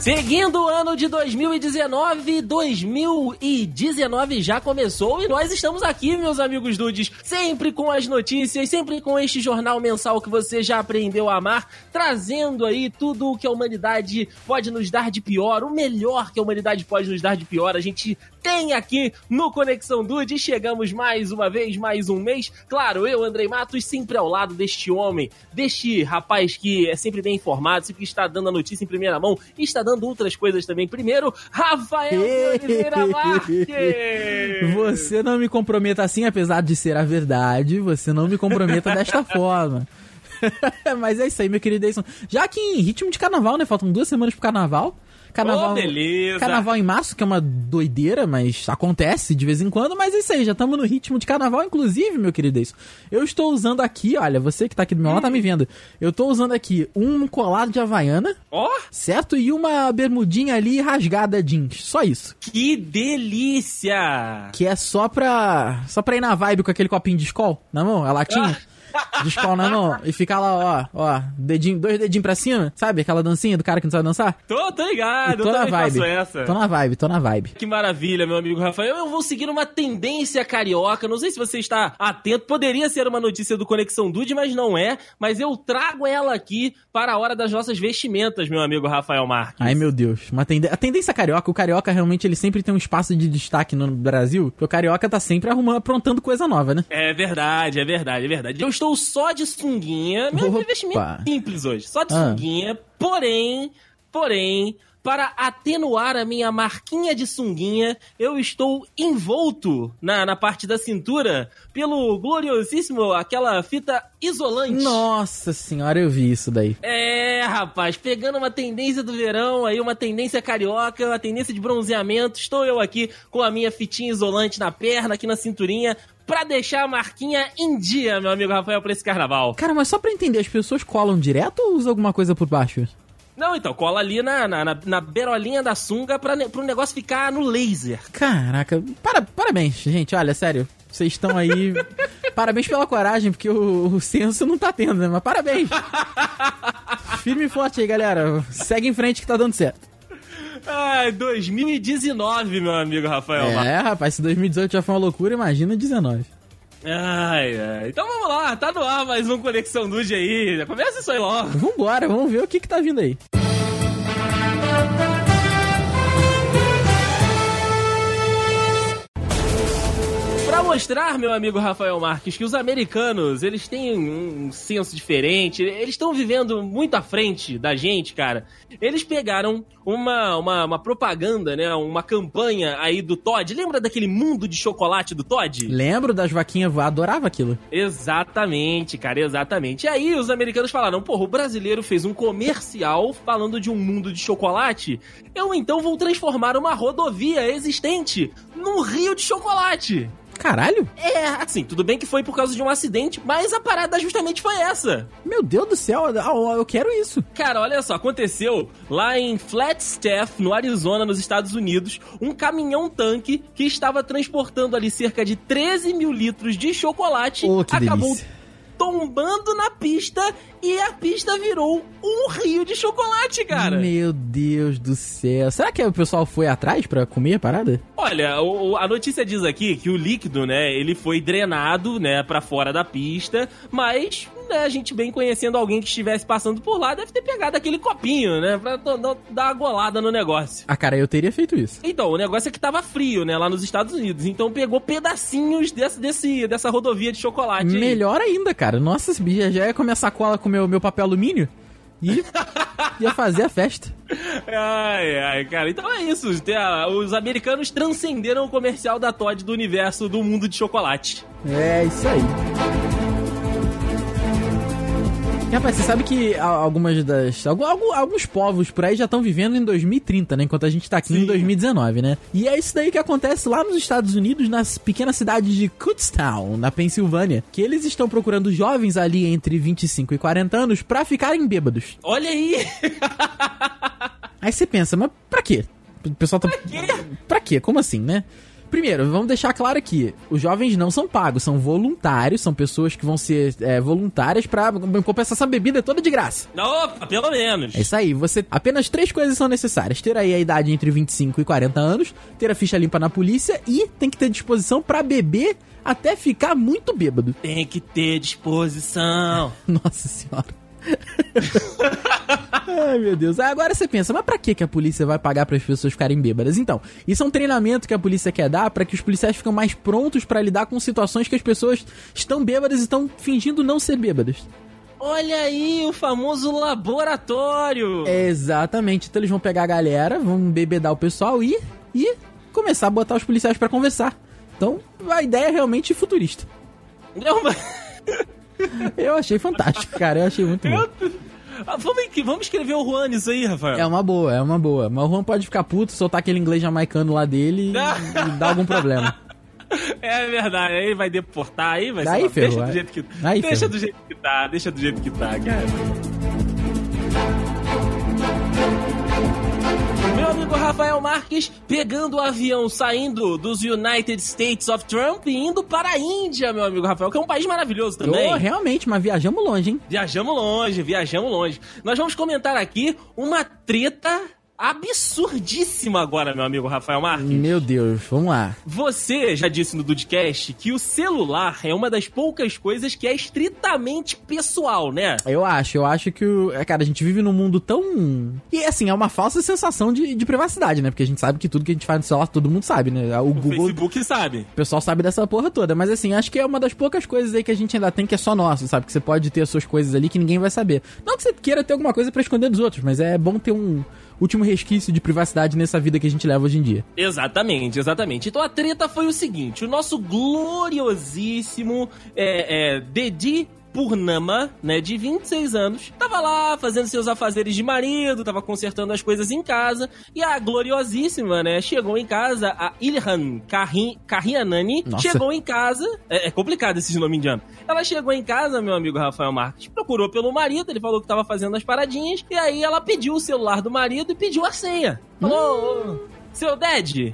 Seguindo o ano de 2019 já começou e nós estamos aqui, meus amigos dudes, sempre com as notícias, sempre com este jornal mensal que você já aprendeu a amar, trazendo aí tudo o que a humanidade pode nos dar de pior, o melhor que a humanidade pode nos dar de pior. A gente tem aqui no Conexão Dude, chegamos mais uma vez, mais um mês. Claro, eu, Andrei Matos, sempre ao lado deste homem, deste rapaz que é sempre bem informado, sempre está dando a notícia em primeira mão e está dando outras coisas também. Primeiro, Rafael Oliveira Marques! Você não me comprometa assim, apesar de ser a verdade, você não me comprometa desta forma. Mas é isso aí, meu querido Edson. Já que em ritmo de carnaval, né? Faltam 2 semanas pro carnaval. Carnaval, beleza. Carnaval em março, que é uma doideira, mas acontece de vez em quando. Mas é isso aí, já estamos no ritmo de carnaval. Inclusive, meu querido Edson, eu estou usando aqui, olha, você que tá aqui do meu lado tá me vendo. Eu estou usando aqui um colado de Havaiana, certo? E uma bermudinha ali rasgada jeans, só isso. Que delícia! Que é só pra ir na vibe com aquele copinho de Skol na mão, a latinha. De Skol na mão e ficar lá, ó, dedinho, 2 dedinhos pra cima, sabe? Aquela dancinha do cara que não sabe dançar? Tô ligado, eu também faço essa. Tô na vibe. Que maravilha, meu amigo Rafael. Eu vou seguir uma tendência carioca, não sei se você está atento, poderia ser uma notícia do Conexão Dude, mas não é, mas eu trago ela aqui para a hora das nossas vestimentas, meu amigo Rafael Marques. Ai, meu Deus. A tendência carioca, o carioca realmente ele sempre tem um espaço de destaque no Brasil, porque o carioca tá sempre aprontando coisa nova, né? É verdade. Eu estou só de sunguinha, meu investimento simples hoje, só de sunguinha, porém, para atenuar a minha marquinha de sunguinha, eu estou envolto na parte da cintura pelo gloriosíssimo, aquela fita isolante. Nossa senhora, eu vi isso daí. É, rapaz, pegando uma tendência do verão, aí uma tendência carioca, uma tendência de bronzeamento, estou eu aqui com a minha fitinha isolante na perna, aqui na cinturinha, pra deixar a marquinha em dia, meu amigo Rafael, pra esse carnaval. Cara, mas só pra entender, as pessoas colam direto ou usam alguma coisa por baixo? Não, então, cola ali na beirolinha da sunga pro negócio ficar no laser. Caraca, parabéns, gente, olha, sério, vocês estão aí... Parabéns pela coragem, porque o senso não tá tendo, né? Mas parabéns! Firme e forte aí, galera. Segue em frente que tá dando certo. Ai, 2019, meu amigo Rafael. Rapaz, se 2018 já foi uma loucura, imagina 19. Ai. Então vamos lá, tá no ar mais um Conexão Dude aí. Já começa isso aí logo. Vambora, vamos ver o que tá vindo aí. Pra mostrar, meu amigo Rafael Marques, que os americanos, eles têm um senso diferente, eles estão vivendo muito à frente da gente, cara. Eles pegaram uma propaganda, né, uma campanha aí do Toddy. Lembra daquele mundo de chocolate do Toddy? Lembro das vaquinhas, adorava aquilo. Exatamente, cara, exatamente. E aí os americanos falaram, porra, o brasileiro fez um comercial falando de um mundo de chocolate, eu então vou transformar uma rodovia existente num rio de chocolate. Caralho? É, assim, tudo bem que foi por causa de um acidente, mas a parada justamente foi essa. Meu Deus do céu, eu quero isso. Cara, olha só, aconteceu lá em Flagstaff, no Arizona, nos Estados Unidos, um caminhão-tanque que estava transportando ali cerca de 13 mil litros de chocolate, acabou delícia. Tombando na pista e a pista virou um rio de chocolate, cara. Meu Deus do céu. Será que o pessoal foi atrás pra comer a parada? Olha, a notícia diz aqui que o líquido, né, ele foi drenado, né, pra fora da pista, mas, né, a gente bem conhecendo alguém que estivesse passando por lá, deve ter pegado aquele copinho, né, pra dar uma golada no negócio. Ah, cara, eu teria feito isso. Então, o negócio é que tava frio, né, lá nos Estados Unidos, então pegou pedacinhos dessa rodovia de chocolate. Melhor ainda, cara. Nossa, esse bicho já ia comer a sacola com meu papel alumínio e ia fazer a festa. Ai, cara. Então é isso. Os americanos transcenderam o comercial da Toddy do universo do mundo de chocolate. É, isso aí. Rapaz, você sabe que alguns povos por aí já estão vivendo em 2030, né? Enquanto a gente tá aqui em 2019, né? E é isso daí que acontece lá nos Estados Unidos, nas pequenas cidades de Kutztown, na Pensilvânia, que eles estão procurando jovens ali entre 25 e 40 anos pra ficarem bêbados. Olha aí! Aí você pensa, mas pra quê? O pessoal tá... Pra quê? Como assim, né? Primeiro, vamos deixar claro aqui, os jovens não são pagos, são voluntários, são pessoas que vão ser voluntárias pra compensar essa bebida toda de graça. Opa, pelo menos. É isso aí, apenas 3 coisas são necessárias: ter aí a idade entre 25 e 40 anos, ter a ficha limpa na polícia e tem que ter disposição pra beber até ficar muito bêbado. Tem que ter disposição. Nossa senhora. Ai, meu Deus. Agora você pensa, mas pra que a polícia vai pagar para as pessoas ficarem bêbadas? Então, isso é um treinamento que a polícia quer dar pra que os policiais fiquem mais prontos pra lidar com situações que as pessoas estão bêbadas e estão fingindo não ser bêbadas. Olha aí, o famoso laboratório. Exatamente. Então eles vão pegar a galera, vão bebedar o pessoal e começar a botar os policiais pra conversar. Então, a ideia é realmente futurista. Eu achei fantástico, cara. Eu achei muito bom. Vamos escrever o Juan nisso aí, Rafael. É uma boa. Mas o Juan pode ficar puto, soltar aquele inglês jamaicano lá dele e dar algum problema. É verdade, aí vai deportar, aí vai daí ser ferrou, deixa do jeito que deixa do jeito que tá, cara. Meu amigo Rafael Marques pegando o avião, saindo dos United States of Trump e indo para a Índia, meu amigo Rafael, que é um país maravilhoso também. Realmente, mas viajamos longe, hein? Viajamos longe. Nós vamos comentar aqui uma treta absurdíssima agora, meu amigo Rafael Marques. Meu Deus, vamos lá. Você já disse no Dudcast que o celular é uma das poucas coisas que é estritamente pessoal, né? Eu acho que cara, a gente vive num mundo tão... E assim, é uma falsa sensação de privacidade, né? Porque a gente sabe que tudo que a gente faz no celular, todo mundo sabe, né? O Google... Facebook sabe. O pessoal sabe dessa porra toda, mas assim, acho que é uma das poucas coisas aí que a gente ainda tem que é só nosso, sabe? Que você pode ter as suas coisas ali que ninguém vai saber. Não que você queira ter alguma coisa pra esconder dos outros, mas é bom ter um último resquício de privacidade nessa vida que a gente leva hoje em dia. Exatamente. Então a treta foi o seguinte: o nosso gloriosíssimo Dedi Purnama, né, de 26 anos, tava lá fazendo seus afazeres de marido, tava consertando as coisas em casa, e a gloriosíssima, né, chegou em casa, a Ilhan Kahrianani, chegou em casa, é complicado esse nome indiano, ela chegou em casa, meu amigo Rafael Marques, procurou pelo marido, ele falou que tava fazendo as paradinhas, e aí ela pediu o celular do marido e pediu a senha. Falou, seu Dad,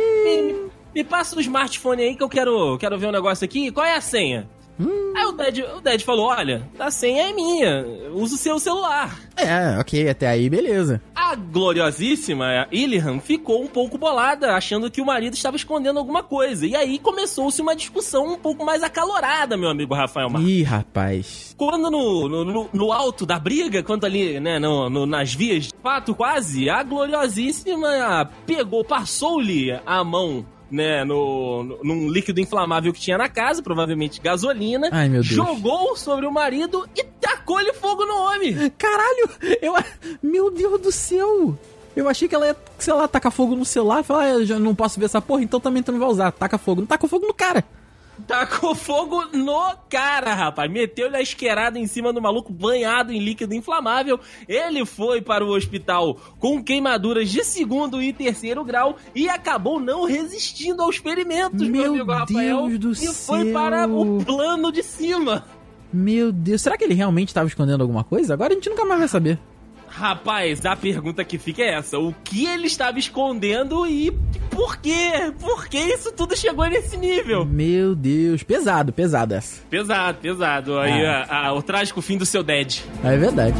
me passa o smartphone aí que eu quero ver um negócio aqui, qual é a senha? Aí o Dad falou, olha, a senha é minha, usa o seu celular. Ok, até aí beleza. A gloriosíssima Ilhan ficou um pouco bolada, achando que o marido estava escondendo alguma coisa. E aí começou-se uma discussão um pouco mais acalorada, meu amigo Rafael Marques. Ih, rapaz. Quando no alto da briga, quando ali, né, nas vias de fato quase, a gloriosíssima passou-lhe a mão, né, num líquido inflamável que tinha na casa, provavelmente gasolina. Ai, meu Deus. Jogou sobre o marido e tacou-lhe fogo no homem. Caralho! Meu Deus do céu! Eu achei que ela ia, sei lá, tacar fogo no celular e falar, eu já não posso ver essa porra, então também tu não vai usar. Taca fogo. Não tacou fogo no cara. Tacou fogo no cara, rapaz. Meteu-lhe a esquerada em cima do maluco, banhado em líquido inflamável. Ele foi para o hospital com queimaduras de 2º e 3º grau e acabou não resistindo aos ferimentos, meu amigo Rafael. Deus do e céu. foi para o plano de cima. Meu Deus, será que ele realmente estava escondendo alguma coisa? Agora a gente nunca mais vai saber. Rapaz, a pergunta que fica é essa: o que ele estava escondendo e por quê? Por que isso tudo chegou nesse nível? Meu Deus, pesado essa. Pesado. Aí o trágico fim do seu Dad. É verdade.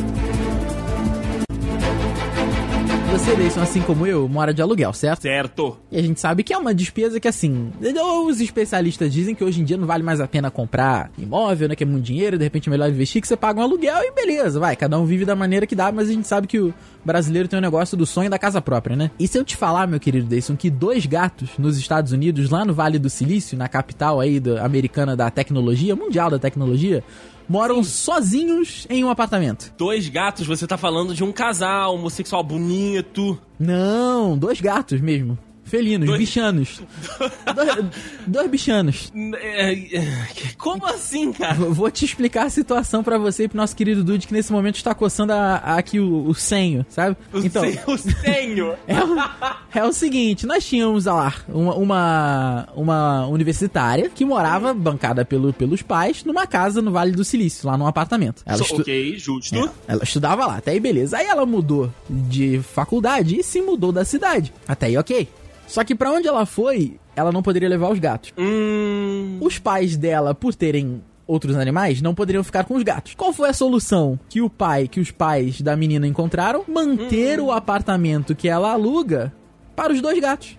Você, Deison, assim como eu, mora de aluguel, certo? Certo. E a gente sabe que é uma despesa que, assim, os especialistas dizem que hoje em dia não vale mais a pena comprar imóvel, né, que é muito dinheiro, de repente é melhor investir, que você paga um aluguel e beleza, vai, cada um vive da maneira que dá, mas a gente sabe que o brasileiro tem um negócio do sonho da casa própria, né? E se eu te falar, meu querido Deison, que 2 gatos nos Estados Unidos, lá no Vale do Silício, na capital aí americana da tecnologia, mundial da tecnologia, moram sozinhos em um apartamento. 2 gatos, você tá falando de um casal homossexual bonito. Não, 2 gatos mesmo. Felinos, bichanos. 2 bichanos. Como assim, cara? Vou te explicar a situação pra você e pro nosso querido Dude, que nesse momento está coçando aqui o senho, sabe? O senho! É o seguinte, nós tínhamos lá uma universitária que morava, bancada pelos pais, numa casa no Vale do Silício, lá num apartamento. Ok, justo. Ela estudava lá, até aí beleza. Aí ela mudou de faculdade e se mudou da cidade. Até aí ok. Só que pra onde ela foi, ela não poderia levar os gatos. Os pais dela, por terem outros animais, não poderiam ficar com os gatos. Qual foi a solução que os pais da menina encontraram? Manter o apartamento que ela aluga para os 2 gatos.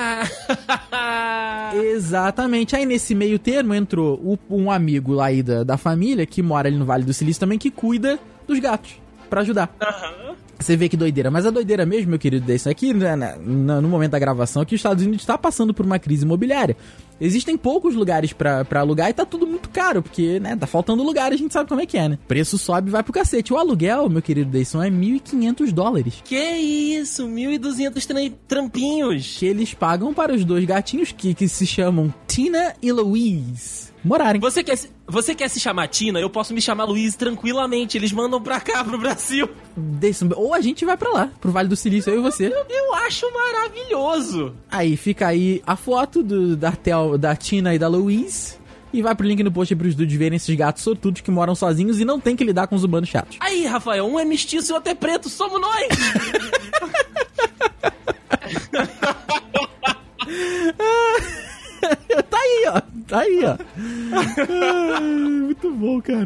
Exatamente. Aí nesse meio termo entrou um amigo lá aí da família, que mora ali no Vale do Silício também, que cuida dos gatos, pra ajudar. Você vê que doideira. Mas a doideira mesmo, meu querido, desse aqui, né, no momento da gravação, é que os Estados Unidos está passando por uma crise imobiliária. Existem poucos lugares pra alugar e tá tudo muito caro, porque, né, tá faltando lugar, a gente sabe como é que é, né? Preço sobe e vai pro cacete. O aluguel, meu querido Deison, é $1.500. Que isso? 1.200 trampinhos. Que eles pagam para os 2 gatinhos que se chamam Tina e Louise morarem. Você quer se chamar Tina? Eu posso me chamar Luiz tranquilamente. Eles mandam pra cá, pro Brasil. Ou a gente vai pra lá, pro Vale do Silício, eu e você. Eu acho maravilhoso. Aí fica aí a foto da Tina e da Louise. E vai pro link no post pros dudes verem esses gatos sortudos que moram sozinhos e não tem que lidar com os humanos chatos. Aí, Rafael, um é mestiço e outro é preto. Somos nós! Tá aí, ó. Ai, muito bom, cara.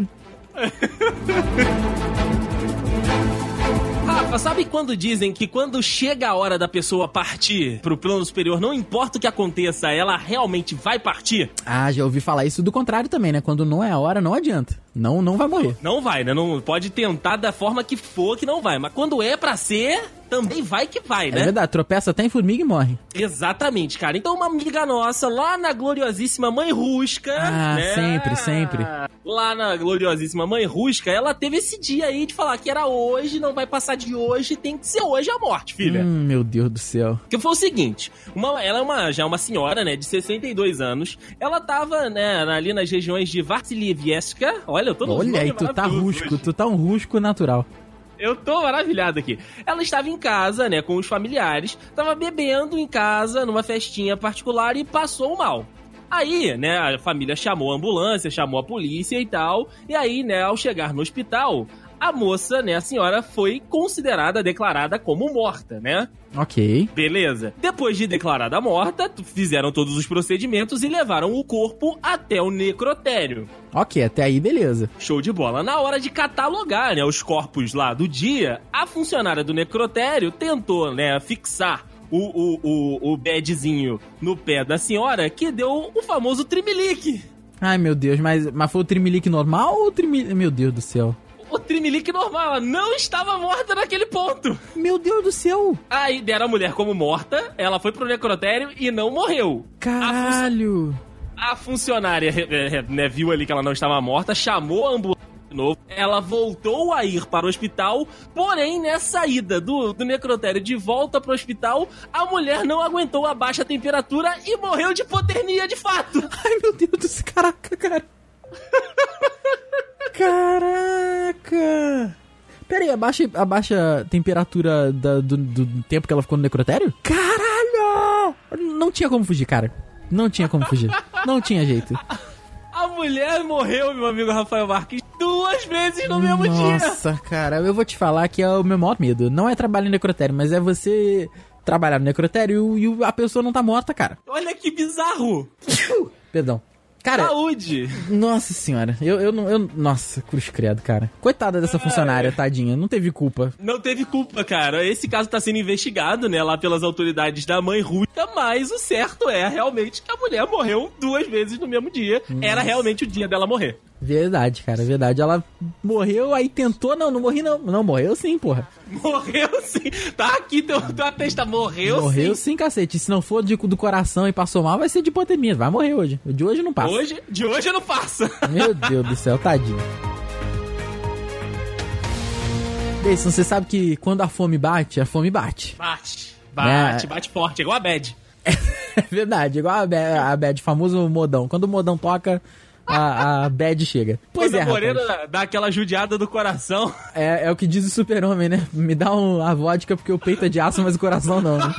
Rafa, sabe quando dizem que quando chega a hora da pessoa partir pro plano superior, não importa o que aconteça, ela realmente vai partir? Ah, já ouvi falar isso do contrário também, né? Quando não é a hora, não adianta. Não vai morrer. Não vai, né? Não pode tentar da forma que for que não vai. Mas quando é pra ser, também vai que vai, né? É verdade, tropeça até em formiga e morre. Exatamente, cara. Então uma amiga nossa, lá na gloriosíssima Mãe Rusca... Ah, né? sempre. Lá na gloriosíssima Mãe Rusca, ela teve esse dia aí de falar que era hoje, não vai passar de hoje, tem que ser hoje a morte, filha. Meu Deus do céu. Que foi o seguinte, ela já é uma senhora, né, de 62 anos, ela tava, né, ali nas regiões de Vassilievievska, olha, eu tô no Olha aí, tu tá rusco, tu tá um rusco natural. Eu tô maravilhado aqui. Ela estava em casa, né, com os familiares, tava bebendo em casa, numa festinha particular e passou mal. Aí, né, a família chamou a ambulância, chamou a polícia e tal, e aí, né, ao chegar no hospital, a moça, né, a senhora foi declarada como morta, né? Ok. Beleza. Depois de declarada morta, fizeram todos os procedimentos e levaram o corpo até o necrotério. Ok, até aí beleza. Show de bola. Na hora de catalogar, né, os corpos lá do dia, a funcionária do necrotério tentou, né, fixar o badzinho no pé da senhora, que deu o famoso trimelique. Ai, meu Deus, mas foi o trimelique normal ou o trimelique... Meu Deus do céu. O trimelique normal, ela não estava morta naquele ponto. Meu Deus do céu. Aí deram a mulher como morta, ela foi pro necrotério e não morreu. Caralho. A funcionária, né, viu ali que ela não estava morta, chamou a ambulância de novo, ela voltou a ir para o hospital, porém, nessa ida do necrotério de volta pro hospital, a mulher não aguentou a baixa temperatura e morreu de hipotermia de fato. Ai, meu Deus do céu, caraca, cara. Caraca! Pera aí, a baixa temperatura do tempo que ela ficou no necrotério? Caralho! Não tinha como fugir, cara. Não tinha como fugir. Não tinha jeito. A mulher morreu, meu amigo Rafael Marques, 2 vezes no mesmo dia. Nossa, cara, eu vou te falar que é o meu maior medo. Não é trabalhar no necrotério, mas é você trabalhar no necrotério e a pessoa não tá morta, cara. Olha que bizarro. Perdão. Cara, saúde! Nossa senhora, nossa, cruz credo, cara. Coitada dessa funcionária, tadinha, não teve culpa. Não teve culpa, cara. Esse caso tá sendo investigado, né, lá pelas autoridades da Mãe Rusca, mas o certo é realmente que a mulher morreu 2 vezes no mesmo dia. Nossa. Era realmente o dia dela morrer. Verdade, cara, verdade. Ela morreu, aí tentou, não morri não. Não, morreu sim, porra. Morreu sim. Tá aqui teu atesta, morreu sim, cacete. Se não for do coração e passou mal, vai ser de hipotermia. Vai morrer hoje. De hoje não passa. De hoje não passa. Meu Deus do céu, tadinho. Deison, você sabe que quando a fome bate, a fome bate. Bate forte, igual a Bad. É verdade, igual a Bad, famoso modão. Quando o modão toca, a bad chega. Pois Quando é, a Morena rapaz. dá aquela judiada do coração. É o que diz o super-homem, né? Me dá a vodka porque o peito é de aço, mas o coração não, né?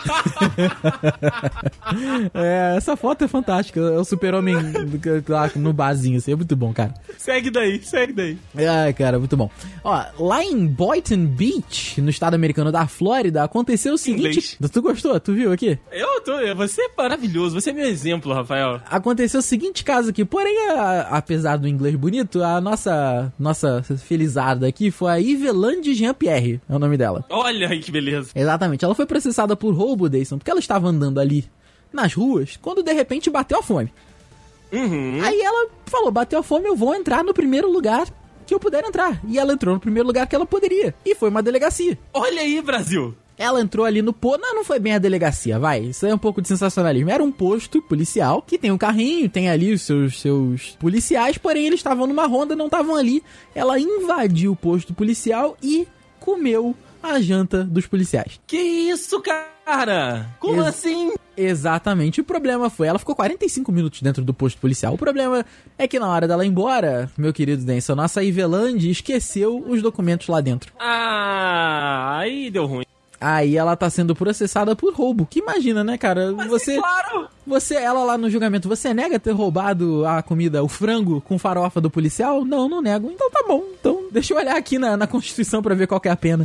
Essa foto é fantástica. É o super-homem lá no barzinho, assim. É muito bom, cara. Segue daí. Ai, cara, muito bom. Ó, lá em Boynton Beach, no estado americano da Flórida, aconteceu o seguinte... Inglês. Tu gostou? Tu viu aqui? Você é maravilhoso, você é meu exemplo, Rafael. Aconteceu o seguinte caso aqui, porém, apesar do inglês bonito, a nossa felizarda aqui foi a Yvelande Jean-Pierre, é o nome dela. Olha aí que beleza. Exatamente, ela foi processada por roubo, Deison, porque ela estava andando ali nas ruas, quando de repente bateu a fome. Uhum. Aí ela falou, bateu a fome, eu vou entrar no primeiro lugar que eu puder entrar. E ela entrou no primeiro lugar que ela poderia, e foi uma delegacia. Olha aí, Brasil. Ela entrou ali no posto... Não foi bem a delegacia, vai. Isso é um pouco de sensacionalismo. Era um posto policial, que tem um carrinho, tem ali os seus policiais, porém eles estavam numa ronda, não estavam ali. Ela invadiu o posto policial e comeu a janta dos policiais. Que isso, cara? Como assim? Exatamente. O problema foi... Ela ficou 45 minutos dentro do posto policial. O problema é que na hora dela ir embora, meu querido Denson, nossa Yvelande esqueceu os documentos lá dentro. Ah, aí deu ruim. Aí ela tá sendo processada por roubo. Que imagina, né, cara? Mas é claro! Ela lá no julgamento, você nega ter roubado a comida, o frango com farofa do policial? Não, não nego. Então tá bom. Então deixa eu olhar aqui na Constituição pra ver qual que é a pena.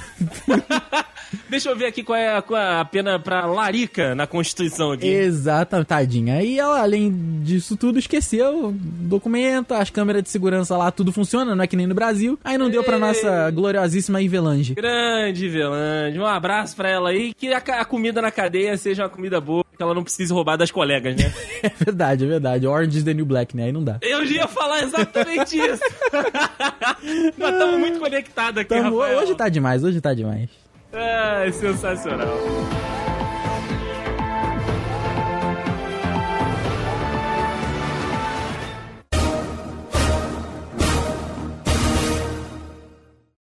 Deixa eu ver aqui qual é a pena pra larica na Constituição aqui. Exatamente, tadinha. Aí ela, além disso tudo, esqueceu o documento, as câmeras de segurança lá, tudo funciona, não é que nem no Brasil. Aí não deu pra nossa gloriosíssima Yvelande. Grande Yvelande. Um abraço pra ela aí. Que a comida na cadeia seja uma comida boa, que ela não precise roubar das colegas, né? É verdade. Orange is the new black, né? Aí não dá. Eu ia falar exatamente isso. Nós estamos muito conectados aqui, Rafael. Hoje tá demais. É sensacional.